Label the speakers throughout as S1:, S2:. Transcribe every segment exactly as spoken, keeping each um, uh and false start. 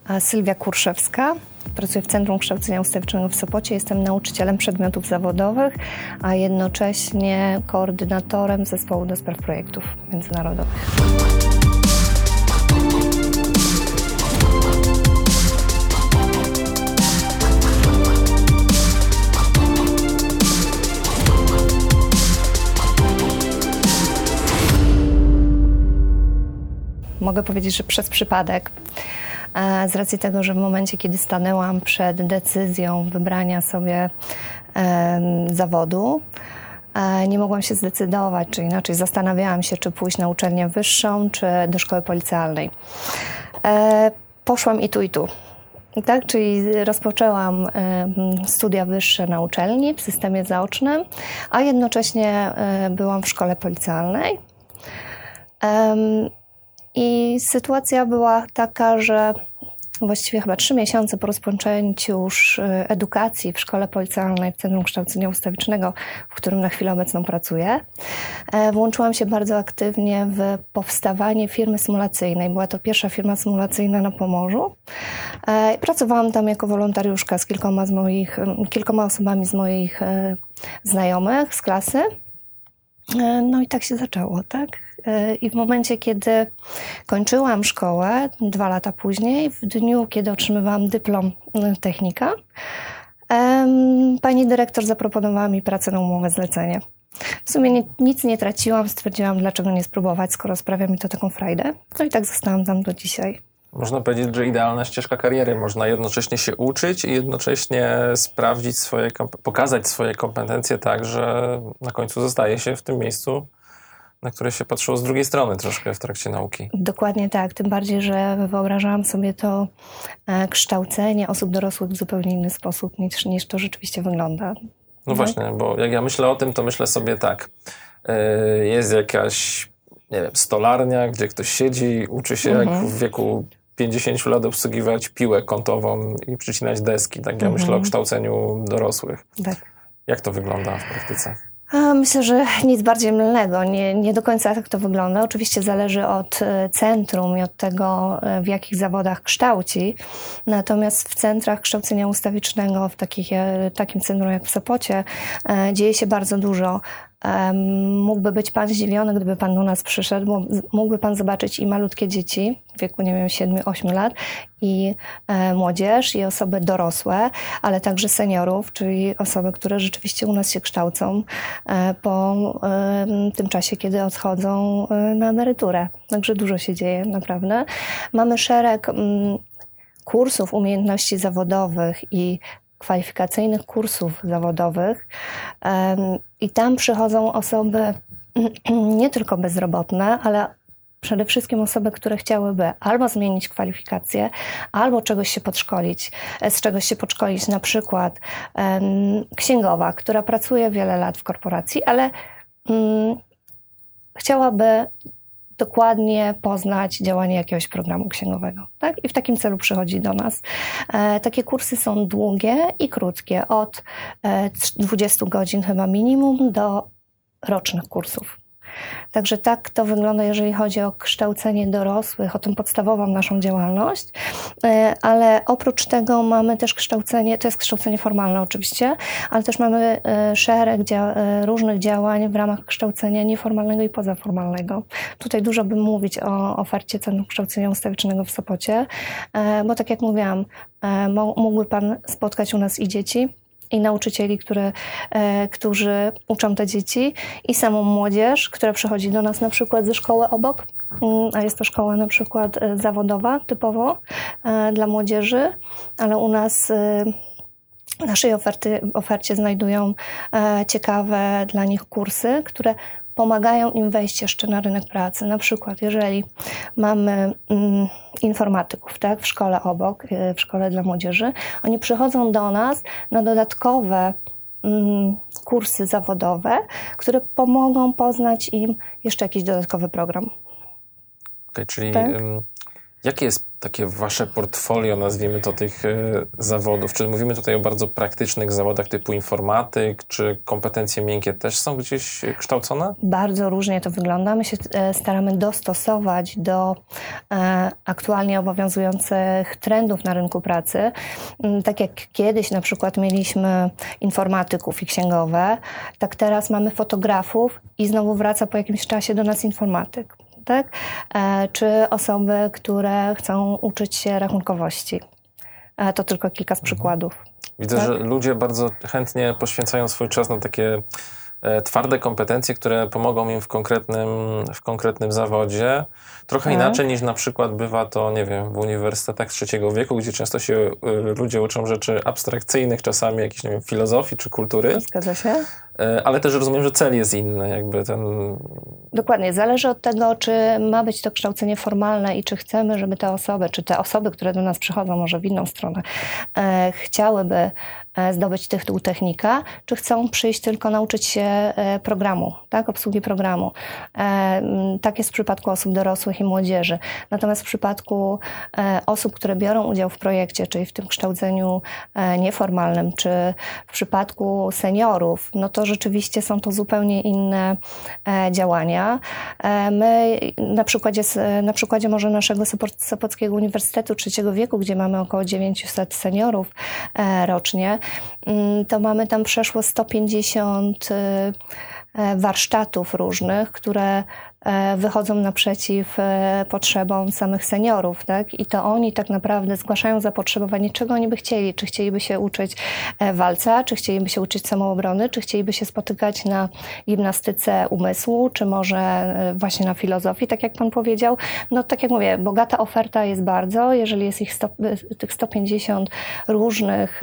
S1: Sylwia Kurszewska. Pracuję w Centrum Kształcenia Ustawicznego w Sopocie. Jestem nauczycielem przedmiotów zawodowych, a jednocześnie koordynatorem zespołu do spraw projektów międzynarodowych. Mogę powiedzieć, że przez przypadek, z racji tego, że w momencie, kiedy stanęłam przed decyzją wybrania sobie e, zawodu, e, nie mogłam się zdecydować, czy inaczej zastanawiałam się, czy pójść na uczelnię wyższą, czy do szkoły policjalnej. E, poszłam i tu, i tu. Tak, czyli rozpoczęłam e, studia wyższe na uczelni w systemie zaocznym, a jednocześnie e, byłam w szkole policjalnej. E, I sytuacja była taka, że właściwie chyba trzy miesiące po rozpoczęciu już edukacji w szkole policjalnej w Centrum Kształcenia Ustawicznego, w którym na chwilę obecną pracuję, włączyłam się bardzo aktywnie w powstawanie firmy symulacyjnej. Była to pierwsza firma symulacyjna na Pomorzu. Pracowałam tam jako wolontariuszka z kilkoma, z moich, kilkoma osobami z moich znajomych z klasy. No i tak się zaczęło, tak? I w momencie, kiedy kończyłam szkołę, dwa lata później, w dniu, kiedy otrzymywałam dyplom technika, pani dyrektor zaproponowała mi pracę na umowę zlecenie. W sumie nie, nic nie traciłam, stwierdziłam, dlaczego nie spróbować, skoro sprawia mi to taką frajdę. No i tak zostałam tam do dzisiaj.
S2: Można powiedzieć, że idealna ścieżka kariery. Można jednocześnie się uczyć i jednocześnie sprawdzić swoje, pokazać swoje kompetencje tak, że na końcu zostaje się w tym miejscu, na które się patrzyło z drugiej strony troszkę w trakcie nauki.
S1: Dokładnie tak. Tym bardziej, że wyobrażałam sobie to kształcenie osób dorosłych w zupełnie inny sposób niż, niż to rzeczywiście wygląda.
S2: No
S1: tak?
S2: właśnie, bo jak ja myślę o tym, to myślę sobie tak. Jest jakaś, nie wiem, stolarnia, gdzie ktoś siedzi, uczy się mhm. jak w wieku pięćdziesięciu lat obsługiwać piłę kątową i przycinać deski. Tak ja mhm. myślę o kształceniu dorosłych.
S1: Tak.
S2: Jak to wygląda w praktyce?
S1: A myślę, że nic bardziej mylnego. Nie, nie do końca tak to wygląda. Oczywiście zależy od centrum i od tego, w jakich zawodach kształci. Natomiast w centrach kształcenia ustawicznego, w takich, takim centrum jak w Sopocie, dzieje się bardzo dużo. Mógłby być pan zdziwiony, gdyby pan do nas przyszedł. Mógłby pan zobaczyć i malutkie dzieci w wieku, nie wiem, siedmiu ośmiu lat, i e, młodzież, i osoby dorosłe, ale także seniorów, czyli osoby, które rzeczywiście u nas się kształcą e, po e, tym czasie, kiedy odchodzą e, na emeryturę. Także dużo się dzieje, naprawdę. Mamy szereg m, kursów umiejętności zawodowych i kwalifikacyjnych kursów zawodowych um, i tam przychodzą osoby nie tylko bezrobotne, ale przede wszystkim osoby, które chciałyby albo zmienić kwalifikacje, albo czegoś się podszkolić, z czegoś się podszkolić, na przykład um, księgowa, która pracuje wiele lat w korporacji, ale um, chciałaby dokładnie poznać działanie jakiegoś programu księgowego. Tak? I w takim celu przychodzi do nas. E, takie kursy są długie i krótkie, od e, dwudziestu godzin chyba minimum do rocznych kursów. Także tak to wygląda, jeżeli chodzi o kształcenie dorosłych, o tą podstawową naszą działalność, ale oprócz tego mamy też kształcenie, to jest kształcenie formalne oczywiście, ale też mamy szereg dzia- różnych działań w ramach kształcenia nieformalnego i pozaformalnego. Tutaj dużo bym mówić o ofercie Centrum Kształcenia Ustawicznego w Sopocie, bo tak jak mówiłam, mógłby pan spotkać u nas i dzieci, i nauczycieli, które, e, którzy uczą te dzieci, i samą młodzież, która przychodzi do nas na przykład ze szkoły obok, a jest to szkoła na przykład zawodowa typowo e, dla młodzieży, ale u nas e, w naszej oferty, ofercie znajdują e, ciekawe dla nich kursy, które pomagają im wejść jeszcze na rynek pracy. Na przykład, jeżeli mamy mm, informatyków, tak, w szkole obok, w szkole dla młodzieży, oni przychodzą do nas na dodatkowe mm, kursy zawodowe, które pomogą poznać im jeszcze jakiś dodatkowy program.
S2: Okay, czyli
S1: tak?
S2: um, jaki jest takie wasze portfolio, nazwijmy to, tych y, zawodów? Czy mówimy tutaj o bardzo praktycznych zawodach typu informatyk, czy kompetencje miękkie też są gdzieś kształcone?
S1: Bardzo różnie to wygląda. My się e, staramy dostosować do e, aktualnie obowiązujących trendów na rynku pracy. Mm, tak jak kiedyś na przykład mieliśmy informatyków i księgowe, tak teraz mamy fotografów i znowu wraca po jakimś czasie do nas informatyk. Tak? E, czy osoby, które chcą uczyć się rachunkowości. E, to tylko kilka z przykładów.
S2: Widzę,
S1: tak?
S2: że ludzie bardzo chętnie poświęcają swój czas na takie e, twarde kompetencje, które pomogą im w konkretnym, w konkretnym zawodzie. Trochę
S1: tak.
S2: inaczej niż na przykład bywa to, nie wiem, w uniwersytetach trzeciego wieku, gdzie często się y, ludzie uczą rzeczy abstrakcyjnych, czasami jakiejś, nie wiem, filozofii czy kultury.
S1: Zgadza się.
S2: E, ale też rozumiem, że cel jest inny, jakby ten...
S1: Dokładnie. Zależy od tego, czy ma być to kształcenie formalne i czy chcemy, żeby te osoby, czy te osoby, które do nas przychodzą, może w inną stronę, e, chciałyby zdobyć tytuł technika, czy chcą przyjść tylko nauczyć się programu, tak, obsługi programu. Tak jest w przypadku osób dorosłych i młodzieży. Natomiast w przypadku osób, które biorą udział w projekcie, czyli w tym kształceniu nieformalnym, czy w przypadku seniorów, no to rzeczywiście są to zupełnie inne działania. My na przykładzie, na przykładzie może naszego Sopockiego Uniwersytetu Trzeciego Wieku, gdzie mamy około dziewięćset seniorów rocznie, to mamy tam przeszło sto pięćdziesiąt warsztatów różnych, które wychodzą naprzeciw potrzebom samych seniorów, tak? I to oni tak naprawdę zgłaszają zapotrzebowanie, czego oni by chcieli. Czy chcieliby się uczyć walca, czy chcieliby się uczyć samoobrony, czy chcieliby się spotykać na gimnastyce umysłu, czy może właśnie na filozofii, tak jak pan powiedział. No tak jak mówię, bogata oferta jest bardzo, jeżeli jest ich sto, tych sto pięćdziesiąt różnych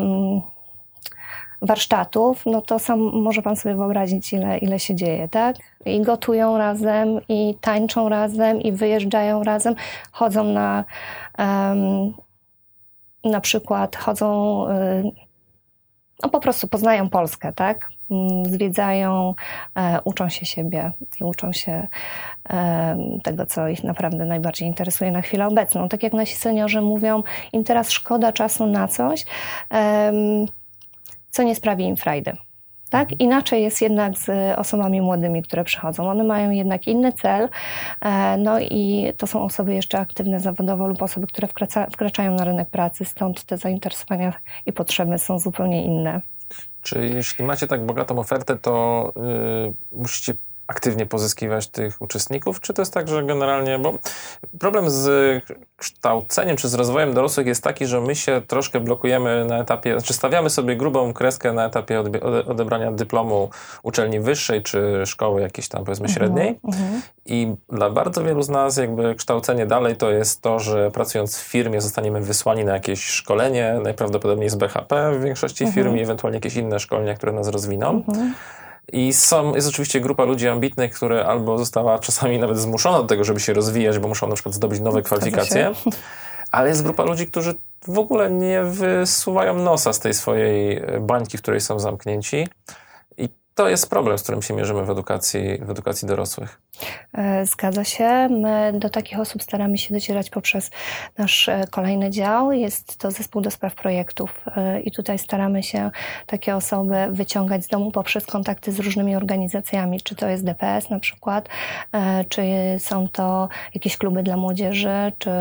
S1: warsztatów, no to sam może pan sobie wyobrazić, ile, ile się dzieje, tak? I gotują razem, i tańczą razem, i wyjeżdżają razem, chodzą na um, na przykład chodzą, no po prostu poznają Polskę, tak? Zwiedzają, e, uczą się siebie i uczą się e, tego, co ich naprawdę najbardziej interesuje na chwilę obecną. Tak jak nasi seniorzy mówią, im teraz szkoda czasu na coś, e, co nie sprawi im frajdy. Tak? Inaczej jest jednak z osobami młodymi, które przychodzą. One mają jednak inny cel, no i to są osoby jeszcze aktywne zawodowo lub osoby, które wkracza, wkraczają na rynek pracy, stąd te zainteresowania i potrzeby są zupełnie inne.
S2: Czy jeśli macie tak bogatą ofertę, to yy, musicie aktywnie pozyskiwać tych uczestników? Czy to jest tak, że generalnie, bo problem z kształceniem czy z rozwojem dorosłych jest taki, że my się troszkę blokujemy na etapie, znaczy stawiamy sobie grubą kreskę na etapie odbie- odebrania dyplomu uczelni wyższej czy szkoły jakiejś tam powiedzmy średniej uh-huh. i dla bardzo wielu z nas jakby kształcenie dalej to jest to, że pracując w firmie zostaniemy wysłani na jakieś szkolenie, najprawdopodobniej z B H P w większości uh-huh. firm i ewentualnie jakieś inne szkolenia, które nas rozwiną. Uh-huh. I są, jest oczywiście grupa ludzi ambitnych, które albo została czasami nawet zmuszona do tego, żeby się rozwijać, bo muszą na przykład zdobyć nowe kwalifikacje, ale jest grupa ludzi, którzy w ogóle nie wysuwają nosa z tej swojej bańki, w której są zamknięci. I to jest problem, z którym się mierzymy w edukacji, w edukacji dorosłych.
S1: Zgadza się. My do takich osób staramy się docierać poprzez nasz kolejny dział. Jest to zespół do spraw projektów i tutaj staramy się takie osoby wyciągać z domu poprzez kontakty z różnymi organizacjami. Czy to jest D P S na przykład, czy są to jakieś kluby dla młodzieży, czy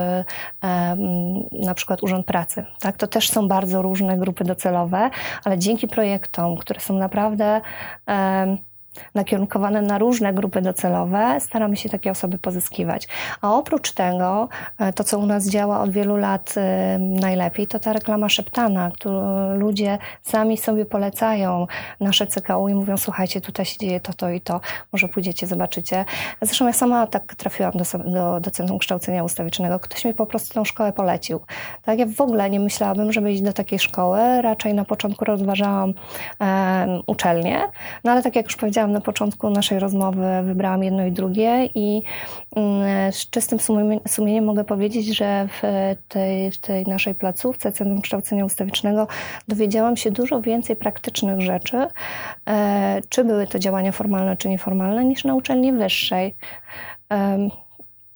S1: na przykład Urząd Pracy. Tak? To też są bardzo różne grupy docelowe, ale dzięki projektom, które są naprawdę nakierunkowane na różne grupy docelowe, staramy się takie osoby pozyskiwać. A oprócz tego, to co u nas działa od wielu lat najlepiej, to ta reklama szeptana, którą ludzie sami sobie polecają nasze C K U i mówią, słuchajcie, tutaj się dzieje to, to i to, może pójdziecie, zobaczycie. Zresztą ja sama tak trafiłam do, do, do Centrum Kształcenia Ustawicznego. Ktoś mi po prostu tą szkołę polecił. Tak, ja w ogóle nie myślałabym, żeby iść do takiej szkoły. Raczej na początku rozważałam um, uczelnię, no ale tak jak już powiedziałam, na początku naszej rozmowy wybrałam jedno i drugie i z czystym sumieniem mogę powiedzieć, że w tej, w tej naszej placówce Centrum Kształcenia Ustawicznego dowiedziałam się dużo więcej praktycznych rzeczy, czy były to działania formalne, czy nieformalne, niż na uczelni wyższej.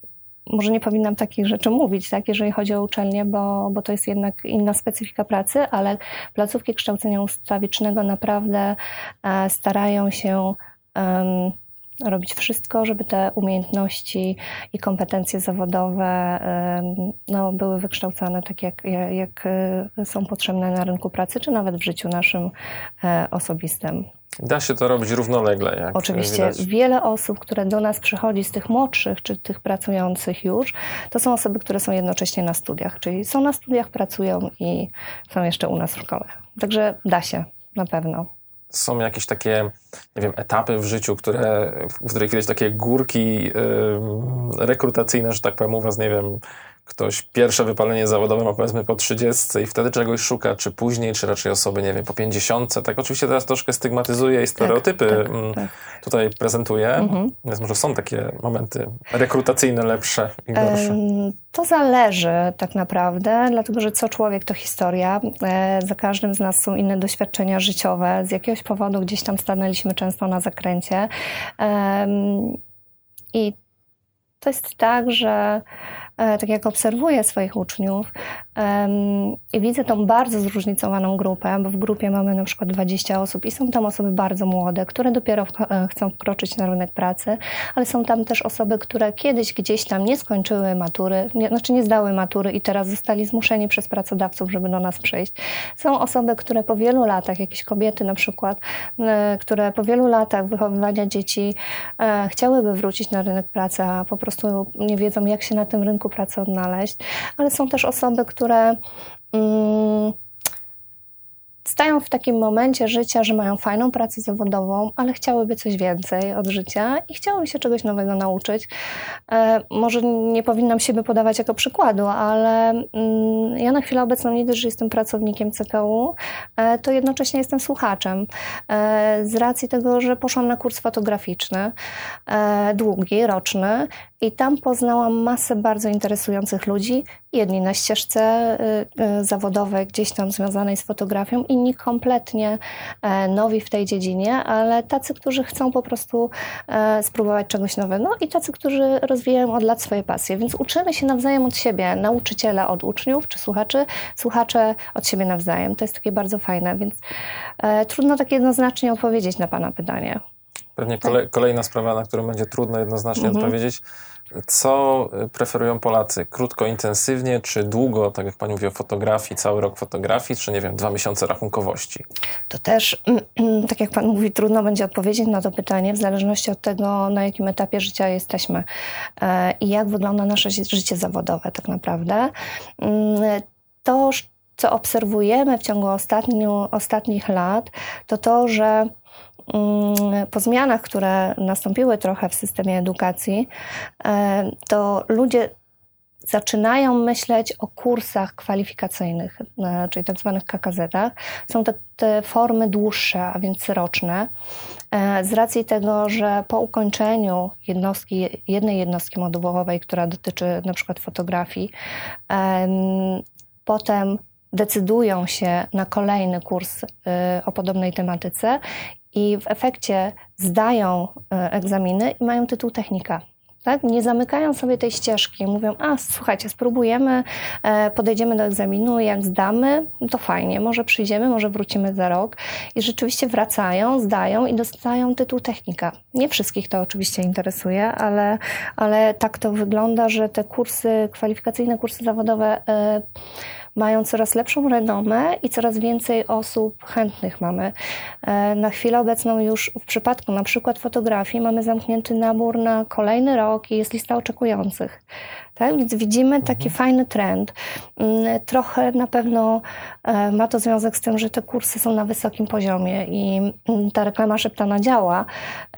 S1: może nie powinnam takich rzeczy mówić, tak, jeżeli chodzi o uczelnię, bo, bo to jest jednak inna specyfika pracy, ale placówki kształcenia ustawicznego naprawdę e, starają się um, robić wszystko, żeby te umiejętności i kompetencje zawodowe um, no, były wykształcane tak, jak, jak, jak są potrzebne na rynku pracy, czy nawet w życiu naszym e, osobistym.
S2: Da się to robić równolegle. Jak
S1: Oczywiście
S2: widać.
S1: Wiele osób, które do nas przychodzi z tych młodszych, czy tych pracujących już, to są osoby, które są jednocześnie na studiach, czyli są na studiach, pracują i są jeszcze u nas w szkole. Także da się, na pewno.
S2: Są jakieś takie, nie wiem, etapy w życiu, które, w których widać takie górki yy, rekrutacyjne, że tak powiem, u was, nie wiem, ktoś pierwsze wypalenie zawodowe ma powiedzmy po trzydziestce i wtedy czegoś szuka, czy później, czy raczej osoby, nie wiem, po pięćdziesiątce. Tak oczywiście teraz troszkę stygmatyzuje i stereotypy
S1: tak, tak, tak.
S2: tutaj prezentuje, mhm. więc może są takie momenty rekrutacyjne lepsze i gorsze.
S1: To zależy tak naprawdę, dlatego że co człowiek to historia. Za każdym z nas są inne doświadczenia życiowe. Z jakiegoś powodu gdzieś tam stanęliśmy często na zakręcie. I to jest tak, że tak jak obserwuję swoich uczniów um, i widzę tą bardzo zróżnicowaną grupę, bo w grupie mamy na przykład dwadzieścia osób i są tam osoby bardzo młode, które dopiero w, chcą wkroczyć na rynek pracy, ale są tam też osoby, które kiedyś gdzieś tam nie skończyły matury, nie, znaczy nie zdały matury i teraz zostali zmuszeni przez pracodawców, żeby do nas przyjść. Są osoby, które po wielu latach, jakieś kobiety na przykład, e, które po wielu latach wychowywania dzieci e, chciałyby wrócić na rynek pracy, a po prostu nie wiedzą, jak się na tym rynku pracy odnaleźć, ale są też osoby, które mm, stają w takim momencie życia, że mają fajną pracę zawodową, ale chciałyby coś więcej od życia i chciałyby się czegoś nowego nauczyć. E, może nie powinnam siebie podawać jako przykładu, ale mm, ja na chwilę obecną nie dość, że jestem pracownikiem C K U, e, to jednocześnie jestem słuchaczem. E, z racji tego, że poszłam na kurs fotograficzny, e, długi, roczny i tam poznałam masę bardzo interesujących ludzi. Jedni na ścieżce y, y, zawodowej, gdzieś tam związanej z fotografią, inni kompletnie e, nowi w tej dziedzinie, ale tacy, którzy chcą po prostu e, spróbować czegoś nowego i tacy, którzy rozwijają od lat swoje pasje. Więc uczymy się nawzajem od siebie, nauczyciele od uczniów czy słuchaczy, słuchacze od siebie nawzajem. To jest takie bardzo fajne, więc e, trudno tak jednoznacznie odpowiedzieć na Pana pytanie.
S2: Pewnie kolej, kolejna sprawa, na którą będzie trudno jednoznacznie mhm. odpowiedzieć. Co preferują Polacy? Krótko, intensywnie, czy długo, tak jak Pani mówi o fotografii, cały rok fotografii, czy nie wiem, dwa miesiące rachunkowości?
S1: To też, tak jak Pan mówi, trudno będzie odpowiedzieć na to pytanie w zależności od tego, na jakim etapie życia jesteśmy i jak wygląda nasze życie zawodowe tak naprawdę. To, co obserwujemy w ciągu ostatniu, ostatnich lat, to to, że po zmianach, które nastąpiły trochę w systemie edukacji, to ludzie zaczynają myśleć o kursach kwalifikacyjnych, czyli tak zwanych K K Z-ach. Są to te formy dłuższe, a więc roczne, z racji tego, że po ukończeniu jednostki, jednej jednostki modułowej, która dotyczy na przykład fotografii, potem decydują się na kolejny kurs o podobnej tematyce i w efekcie zdają egzaminy i mają tytuł technika. Tak? Nie zamykają sobie tej ścieżki. Mówią, a słuchajcie, spróbujemy, podejdziemy do egzaminu, jak zdamy, to fajnie, może przyjdziemy, może wrócimy za rok. I rzeczywiście wracają, zdają i dostają tytuł technika. Nie wszystkich to oczywiście interesuje, ale, ale tak to wygląda, że te kursy, kwalifikacyjne kursy zawodowe mają coraz lepszą renomę i coraz więcej osób chętnych mamy. Na chwilę obecną już w przypadku na przykład fotografii mamy zamknięty nabór na kolejny rok i jest lista oczekujących. Tak? Więc widzimy taki mhm. fajny trend. Trochę na pewno ma to związek z tym, że te kursy są na wysokim poziomie i ta reklama szeptana działa.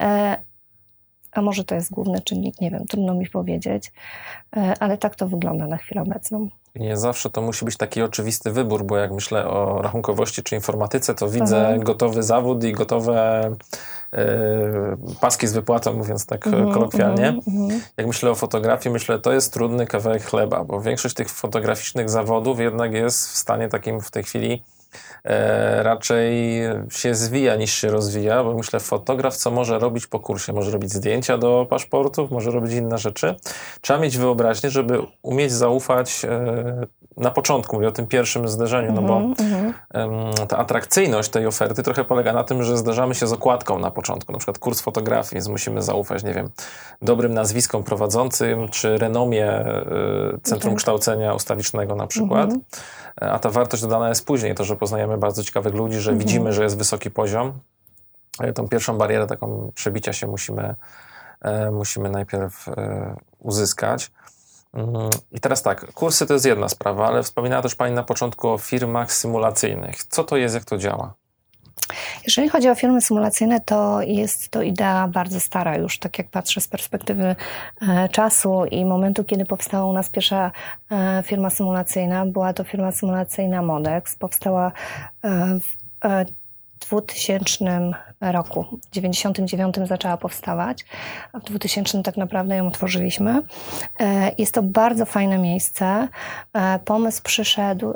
S1: A może to jest główny czynnik, nie wiem, trudno mi powiedzieć, ale tak to wygląda na chwilę obecną.
S2: Nie zawsze to musi być taki oczywisty wybór, bo jak myślę o rachunkowości czy informatyce, to widzę mhm. gotowy zawód i gotowe y, paski z wypłatą, mówiąc tak mhm, kolokwialnie. Mhm. Jak myślę o fotografii, myślę, to jest trudny kawałek chleba, bo większość tych fotograficznych zawodów jednak jest w stanie takim w tej chwili e, raczej się zwija niż się rozwija, bo myślę, fotograf co może robić po kursie? Może robić zdjęcia do paszportów, może robić inne rzeczy. Trzeba mieć wyobraźnię, żeby umieć zaufać e, na początku, mówię o tym pierwszym zderzeniu, no bo mm-hmm. em, ta atrakcyjność tej oferty trochę polega na tym, że zderzamy się z okładką na początku, na przykład kurs fotografii, więc musimy zaufać, nie wiem, dobrym nazwiskom prowadzącym, czy renomie y, Centrum okay. Kształcenia Ustawicznego na przykład, mm-hmm. a ta wartość dodana jest później, to, że poznajemy bardzo ciekawych ludzi, że mm-hmm. widzimy, że jest wysoki poziom. Tą pierwszą barierę taką przebicia się musimy, e, musimy najpierw e, uzyskać. I teraz tak, kursy to jest jedna sprawa, ale wspominała też Pani na początku o firmach symulacyjnych. Co to jest, jak to działa?
S1: Jeżeli chodzi o firmy symulacyjne, to jest to idea bardzo stara już, tak jak patrzę z perspektywy e, czasu i momentu, kiedy powstała u nas pierwsza e, firma symulacyjna. Była to firma symulacyjna Modex. Powstała e, w e, dwutysięcznym roku. W dziewięćdziesiątym dziewiątym zaczęła powstawać, a w dwutysięcznym tak naprawdę ją otworzyliśmy. Jest to bardzo fajne miejsce. Pomysł przyszedł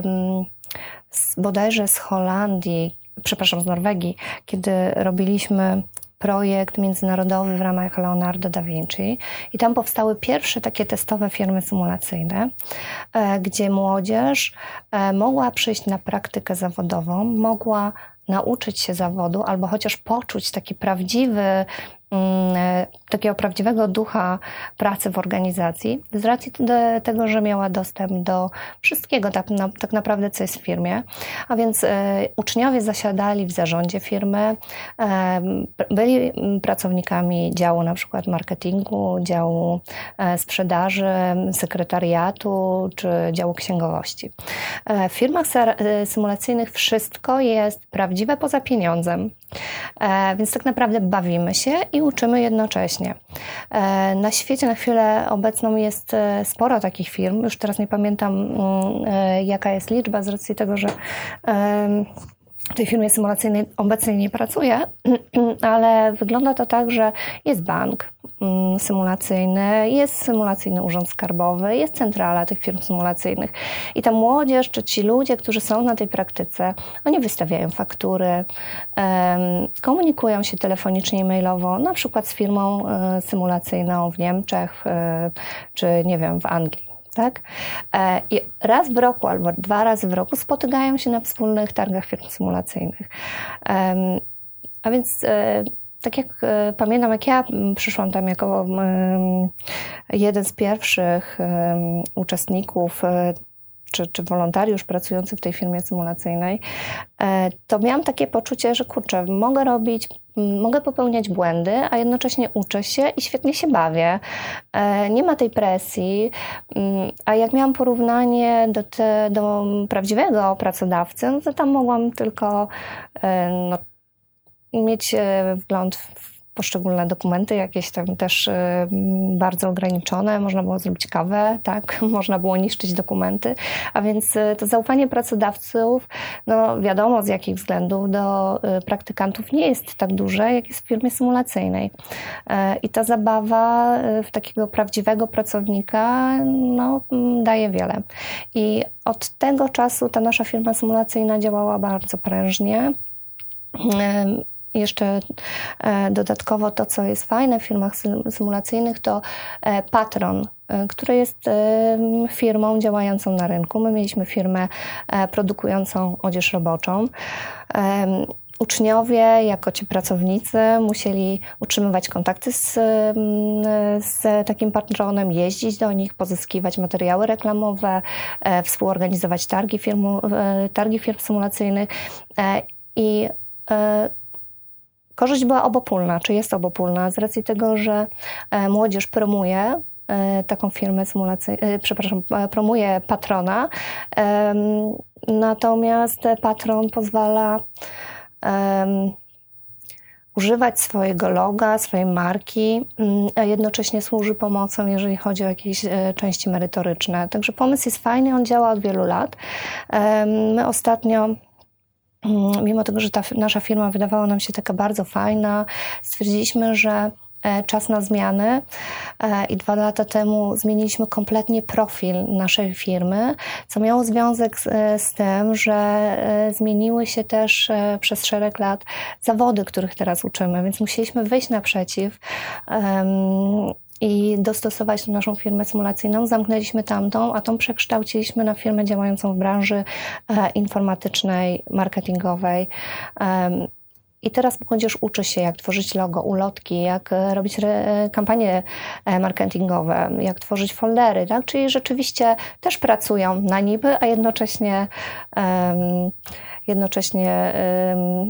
S1: z, bodajże z Holandii, przepraszam, z Norwegii, kiedy robiliśmy projekt międzynarodowy w ramach Leonardo da Vinci i tam powstały pierwsze takie testowe firmy symulacyjne, gdzie młodzież mogła przyjść na praktykę zawodową, mogła nauczyć się zawodu albo chociaż poczuć taki prawdziwy, takiego prawdziwego ducha pracy w organizacji z racji tego, że miała dostęp do wszystkiego tak, na, tak naprawdę, co jest w firmie. A więc e, uczniowie zasiadali w zarządzie firmy, e, byli pracownikami działu na przykład marketingu, działu e, sprzedaży, sekretariatu czy działu księgowości. E, w firmach symulacyjnych wszystko jest prawdziwe poza pieniądzem, e, więc tak naprawdę bawimy się i uczymy jednocześnie. Na świecie na chwilę obecną jest sporo takich firm. Już teraz nie pamiętam, jaka jest liczba z racji tego, że w tej firmie symulacyjnej obecnie nie pracuję, ale wygląda to tak, że jest bank symulacyjny, jest symulacyjny urząd skarbowy, jest centrala tych firm symulacyjnych. I ta młodzież, czy ci ludzie, którzy są na tej praktyce, oni wystawiają faktury, komunikują się telefonicznie i mailowo, na przykład z firmą symulacyjną w Niemczech, czy nie wiem, w Anglii. Tak? I raz w roku albo dwa razy w roku spotykają się na wspólnych targach firm symulacyjnych. A więc tak jak pamiętam, jak ja przyszłam tam jako jeden z pierwszych uczestników czy, czy wolontariusz pracujący w tej firmie symulacyjnej, to miałam takie poczucie, że kurczę, mogę robić, mogę popełniać błędy, a jednocześnie uczę się i świetnie się bawię. Nie ma tej presji, a jak miałam porównanie do, te, do prawdziwego pracodawcy, no to tam mogłam tylko no, mieć wgląd w poszczególne dokumenty, jakieś tam też bardzo ograniczone, można było zrobić kawę, tak, można było niszczyć dokumenty, a więc to zaufanie pracodawców, no wiadomo z jakich względów, do praktykantów nie jest tak duże, jak jest w firmie symulacyjnej. I ta zabawa w takiego prawdziwego pracownika, no, daje wiele. I od tego czasu ta nasza firma symulacyjna działała bardzo prężnie. Jeszcze dodatkowo to, co jest fajne w firmach symulacyjnych, to Patron, który jest firmą działającą na rynku. My mieliśmy firmę produkującą odzież roboczą. Uczniowie, jako ci pracownicy, musieli utrzymywać kontakty z, z takim patronem, jeździć do nich, pozyskiwać materiały reklamowe, współorganizować targi firm, targi firm symulacyjnych i korzyść była obopólna, czy jest obopólna, z racji tego, że młodzież promuje taką firmę symulacyjną, przepraszam, promuje patrona, natomiast patron pozwala um, używać swojego loga, swojej marki, a jednocześnie służy pomocą, jeżeli chodzi o jakieś części merytoryczne. Także pomysł jest fajny, on działa od wielu lat. My ostatnio, mimo tego, że ta nasza firma wydawała nam się taka bardzo fajna, stwierdziliśmy, że czas na zmiany i dwa lata temu zmieniliśmy kompletnie profil naszej firmy, co miało związek z, z tym, że zmieniły się też przez szereg lat zawody, których teraz uczymy, więc musieliśmy wyjść naprzeciw um, i dostosować naszą firmę symulacyjną. Zamknęliśmy tamtą, a tą przekształciliśmy na firmę działającą w branży e, informatycznej, marketingowej. Um, I teraz młodzież uczy się, jak tworzyć logo, ulotki, jak robić re, kampanie marketingowe, jak tworzyć foldery, tak? Czyli rzeczywiście też pracują na niby, a jednocześnie, um, jednocześnie um,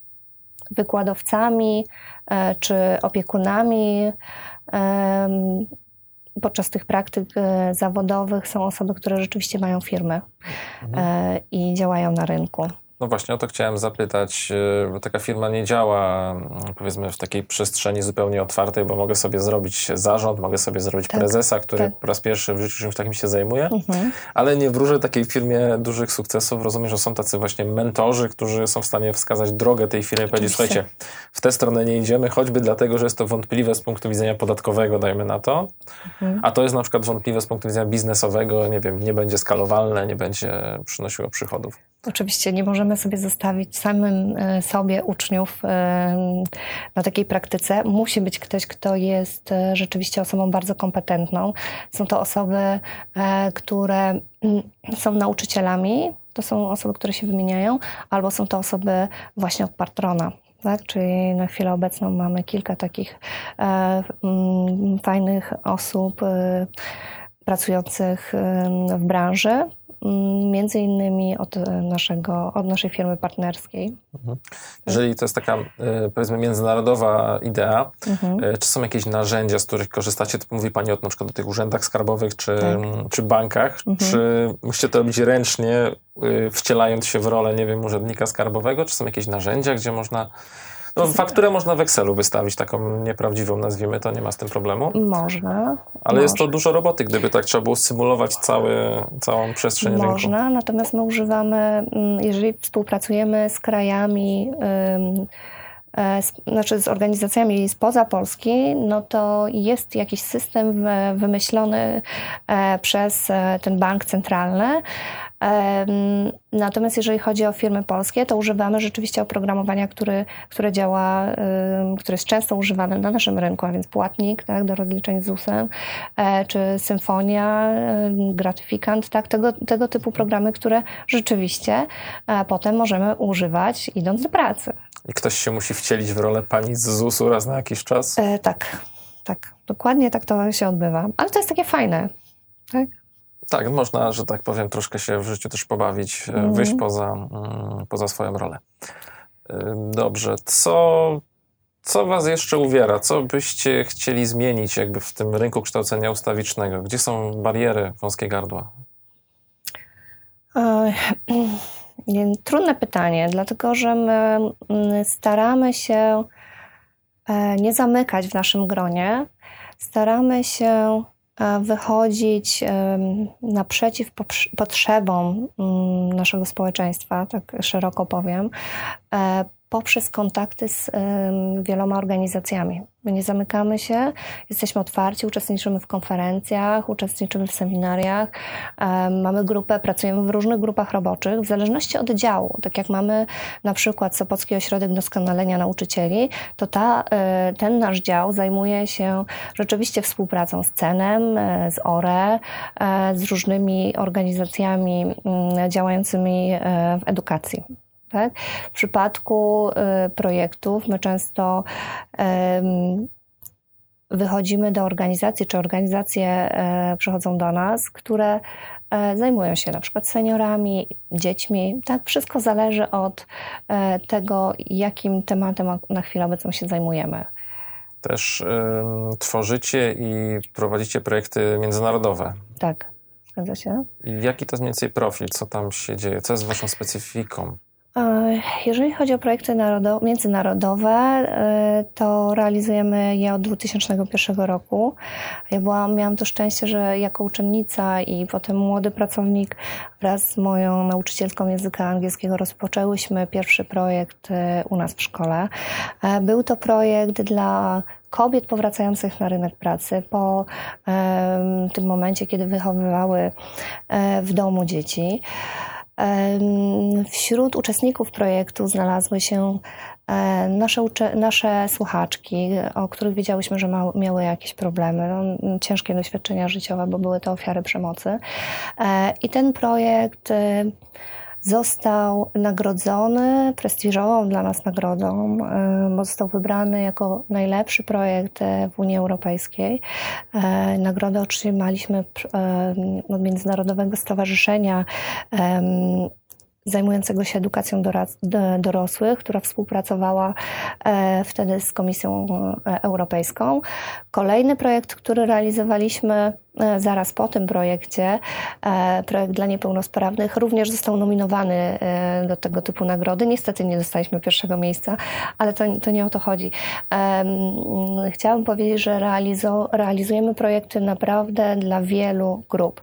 S1: wykładowcami um, czy opiekunami. Um, podczas tych praktyk zawodowych są osoby, które rzeczywiście mają firmy mhm. um, i działają na rynku.
S2: No właśnie, o to chciałem zapytać, bo taka firma nie działa, powiedzmy, w takiej przestrzeni zupełnie otwartej, bo mogę sobie zrobić zarząd, mogę sobie zrobić tak, prezesa, który tak. po raz pierwszy w życiu czymś takim się zajmuje, mhm. ale nie wróżę takiej firmie dużych sukcesów. Rozumiem, że są tacy właśnie mentorzy, którzy są w stanie wskazać drogę tej firmy i powiedzieć, słuchajcie, w tę stronę nie idziemy, choćby dlatego, że jest to wątpliwe z punktu widzenia podatkowego, dajmy na to, mhm. a to jest na przykład wątpliwe z punktu widzenia biznesowego, nie wiem, nie będzie skalowalne, nie będzie przynosiło przychodów.
S1: Oczywiście nie możemy sobie zostawić samym sobie uczniów na takiej praktyce. Musi być ktoś, kto jest rzeczywiście osobą bardzo kompetentną. Są to osoby, które są nauczycielami, to są osoby, które się wymieniają, albo są to osoby właśnie od patrona. Tak? Czyli na chwilę obecną mamy kilka takich e, m, fajnych osób e, pracujących w branży. Między innymi od, naszego, od naszej firmy partnerskiej.
S2: Mhm. Jeżeli to jest taka, powiedzmy, międzynarodowa idea, mhm. czy są jakieś narzędzia, z których korzystacie? To mówi Pani o na przykład o tych urzędach skarbowych czy, tak. czy bankach. Mhm. Czy musicie to robić ręcznie, wcielając się w rolę, nie wiem, urzędnika skarbowego? Czy są jakieś narzędzia, gdzie można... No, fakturę można w Excelu wystawić, taką nieprawdziwą, nazwijmy to, nie ma z tym problemu.
S1: Można.
S2: Ale
S1: można.
S2: Jest to dużo roboty, gdyby tak trzeba było symulować cały, całą przestrzeń
S1: można,
S2: rynku.
S1: Można, natomiast my używamy, jeżeli współpracujemy z krajami, znaczy z organizacjami spoza Polski, no to jest jakiś system wymyślony przez ten bank centralny. Natomiast jeżeli chodzi o firmy polskie, to używamy rzeczywiście oprogramowania, który, które działa, które jest często używane na naszym rynku, a więc Płatnik, tak, do rozliczeń z zusem, czy Symfonia, Gratyfikant, tak, tego, tego typu programy, które rzeczywiście potem możemy używać idąc do pracy.
S2: I ktoś się musi wcielić w rolę pani z zusu raz na jakiś czas?
S1: E, tak, tak. Dokładnie tak to się odbywa. Ale to jest takie fajne, tak?
S2: Tak, można, że tak powiem, troszkę się w życiu też pobawić, mm. wyjść poza, poza swoją rolę. Dobrze, co, co was jeszcze uwiera? Co byście chcieli zmienić jakby w tym rynku kształcenia ustawicznego? Gdzie są bariery, wąskie gardła?
S1: E, trudne pytanie, dlatego że my staramy się nie zamykać w naszym gronie, staramy się wychodzić naprzeciw potrzebom naszego społeczeństwa, tak szeroko powiem, poprzez kontakty z wieloma organizacjami. My nie zamykamy się, jesteśmy otwarci, uczestniczymy w konferencjach, uczestniczymy w seminariach, mamy grupę, pracujemy w różnych grupach roboczych, w zależności od działu. Tak jak mamy na przykład Sopocki Ośrodek Doskonalenia Nauczycieli, to ta, ten nasz dział zajmuje się rzeczywiście współpracą z cenem, z O R E, z różnymi organizacjami działającymi w edukacji. Tak? W przypadku y, projektów my często y, wychodzimy do organizacji, czy organizacje y, przychodzą do nas, które y, zajmują się na przykład seniorami, dziećmi. Tak? Wszystko zależy od y, tego, jakim tematem na chwilę obecną się zajmujemy.
S2: Też y, tworzycie i prowadzicie projekty międzynarodowe.
S1: Tak, zgadza się.
S2: I jaki to jest mniej więcej profil? Co tam się dzieje? Co jest waszą specyfiką?
S1: Jeżeli chodzi o projekty narodo- międzynarodowe, to realizujemy je od dwa tysiące pierwszego roku. Ja byłam, miałam to szczęście, że jako uczennica i potem młody pracownik wraz z moją nauczycielką języka angielskiego rozpoczęłyśmy pierwszy projekt u nas w szkole. Był to projekt dla kobiet powracających na rynek pracy po e, tym momencie, kiedy wychowywały e, w domu dzieci. E, wśród uczestników projektu znalazły się e, nasze, ucze- nasze słuchaczki, o których wiedziałyśmy, że ma- miały jakieś problemy, no, ciężkie doświadczenia życiowe, bo były to ofiary przemocy. E, I ten projekt e, został nagrodzony prestiżową dla nas nagrodą, bo został wybrany jako najlepszy projekt w Unii Europejskiej. Nagrodę otrzymaliśmy od Międzynarodowego Stowarzyszenia zajmującego się edukacją dorosłych, która współpracowała wtedy z Komisją Europejską. Kolejny projekt, który realizowaliśmy zaraz po tym projekcie, projekt dla niepełnosprawnych, również został nominowany do tego typu nagrody. Niestety nie dostaliśmy pierwszego miejsca, ale to, to nie o to chodzi. Chciałam powiedzieć, że realizo- realizujemy projekty naprawdę dla wielu grup.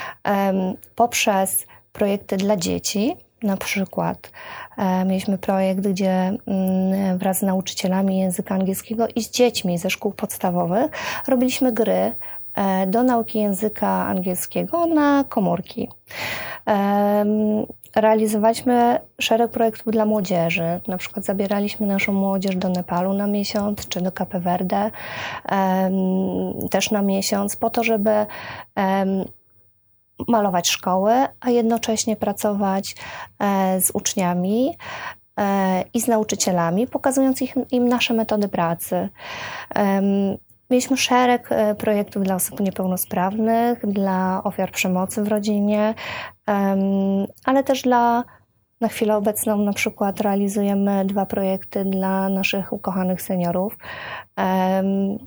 S1: Poprzez projekty dla dzieci, na przykład e, mieliśmy projekt, gdzie m, wraz z nauczycielami języka angielskiego i z dziećmi ze szkół podstawowych robiliśmy gry e, do nauki języka angielskiego na komórki. E, realizowaliśmy szereg projektów dla młodzieży. Na przykład zabieraliśmy naszą młodzież do Nepalu na miesiąc, czy do Cape Verde e, też na miesiąc, po to, żeby e, malować szkoły, a jednocześnie pracować e, z uczniami e, i z nauczycielami, pokazując ich, im nasze metody pracy. E, mieliśmy szereg e, projektów dla osób niepełnosprawnych, dla ofiar przemocy w rodzinie, e, ale też dla, na chwilę obecną na przykład realizujemy dwa projekty dla naszych ukochanych seniorów. E,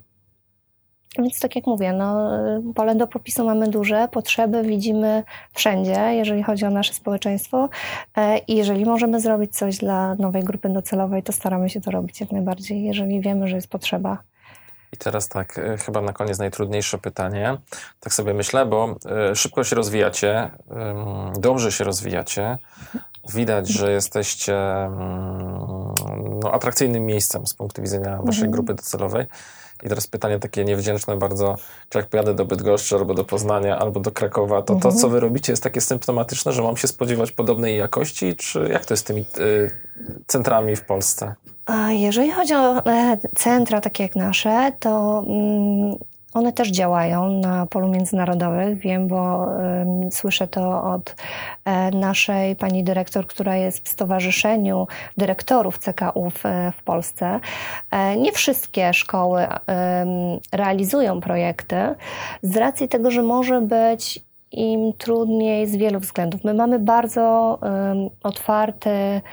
S1: Więc tak jak mówię, no, pole do popisu mamy duże, potrzeby widzimy wszędzie, jeżeli chodzi o nasze społeczeństwo i jeżeli możemy zrobić coś dla nowej grupy docelowej, to staramy się to robić jak najbardziej, jeżeli wiemy, że jest potrzeba.
S2: I teraz tak, chyba na koniec najtrudniejsze pytanie. Tak sobie myślę, bo szybko się rozwijacie, dobrze się rozwijacie. Widać, że jesteście no, atrakcyjnym miejscem z punktu widzenia waszej mhm. grupy docelowej. I teraz pytanie takie niewdzięczne bardzo, czy jak pojadę do Bydgoszczy, albo do Poznania, albo do Krakowa, to to, co wy robicie, jest takie symptomatyczne, że mam się spodziewać podobnej jakości, czy jak to jest z tymi y, centrami w Polsce?
S1: A jeżeli chodzi o centra takie jak nasze, to mm, one też działają na polu międzynarodowym. Wiem, bo y, słyszę to od y, naszej pani dyrektor, która jest w Stowarzyszeniu Dyrektorów C K U w, w Polsce. Y, nie wszystkie szkoły y, realizują projekty z racji tego, że może być im trudniej z wielu względów. My mamy bardzo y, otwarty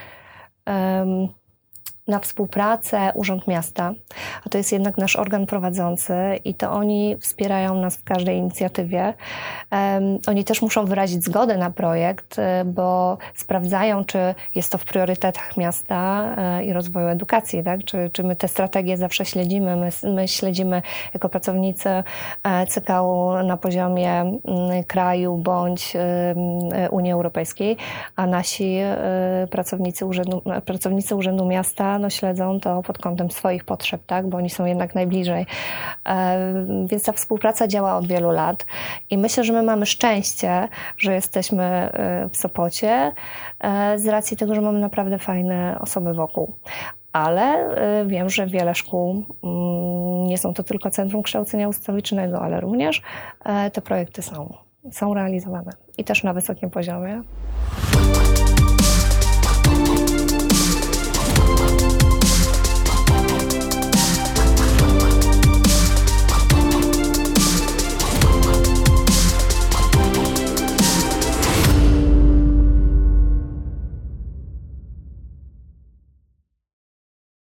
S1: y, na współpracę Urząd Miasta, a to jest jednak nasz organ prowadzący i to oni wspierają nas w każdej inicjatywie. Um, oni też muszą wyrazić zgodę na projekt, bo sprawdzają, czy jest to w priorytetach miasta e, i rozwoju edukacji, tak? Czy, czy my te strategie zawsze śledzimy. My, my śledzimy jako pracownicy e, C K U na poziomie m, kraju bądź e, Unii Europejskiej, a nasi e, pracownicy, urzędu, pracownicy Urzędu Miasta no, śledzą to pod kątem swoich potrzeb, tak? Bo oni są jednak najbliżej. E, więc ta współpraca działa od wielu lat i myślę, że my mamy szczęście, że jesteśmy e, w Sopocie e, z racji tego, że mamy naprawdę fajne osoby wokół. Ale e, wiem, że wiele szkół, mm, nie są to tylko Centrum Kształcenia Ustawicznego, ale również e, te projekty są, są realizowane i też na wysokim poziomie.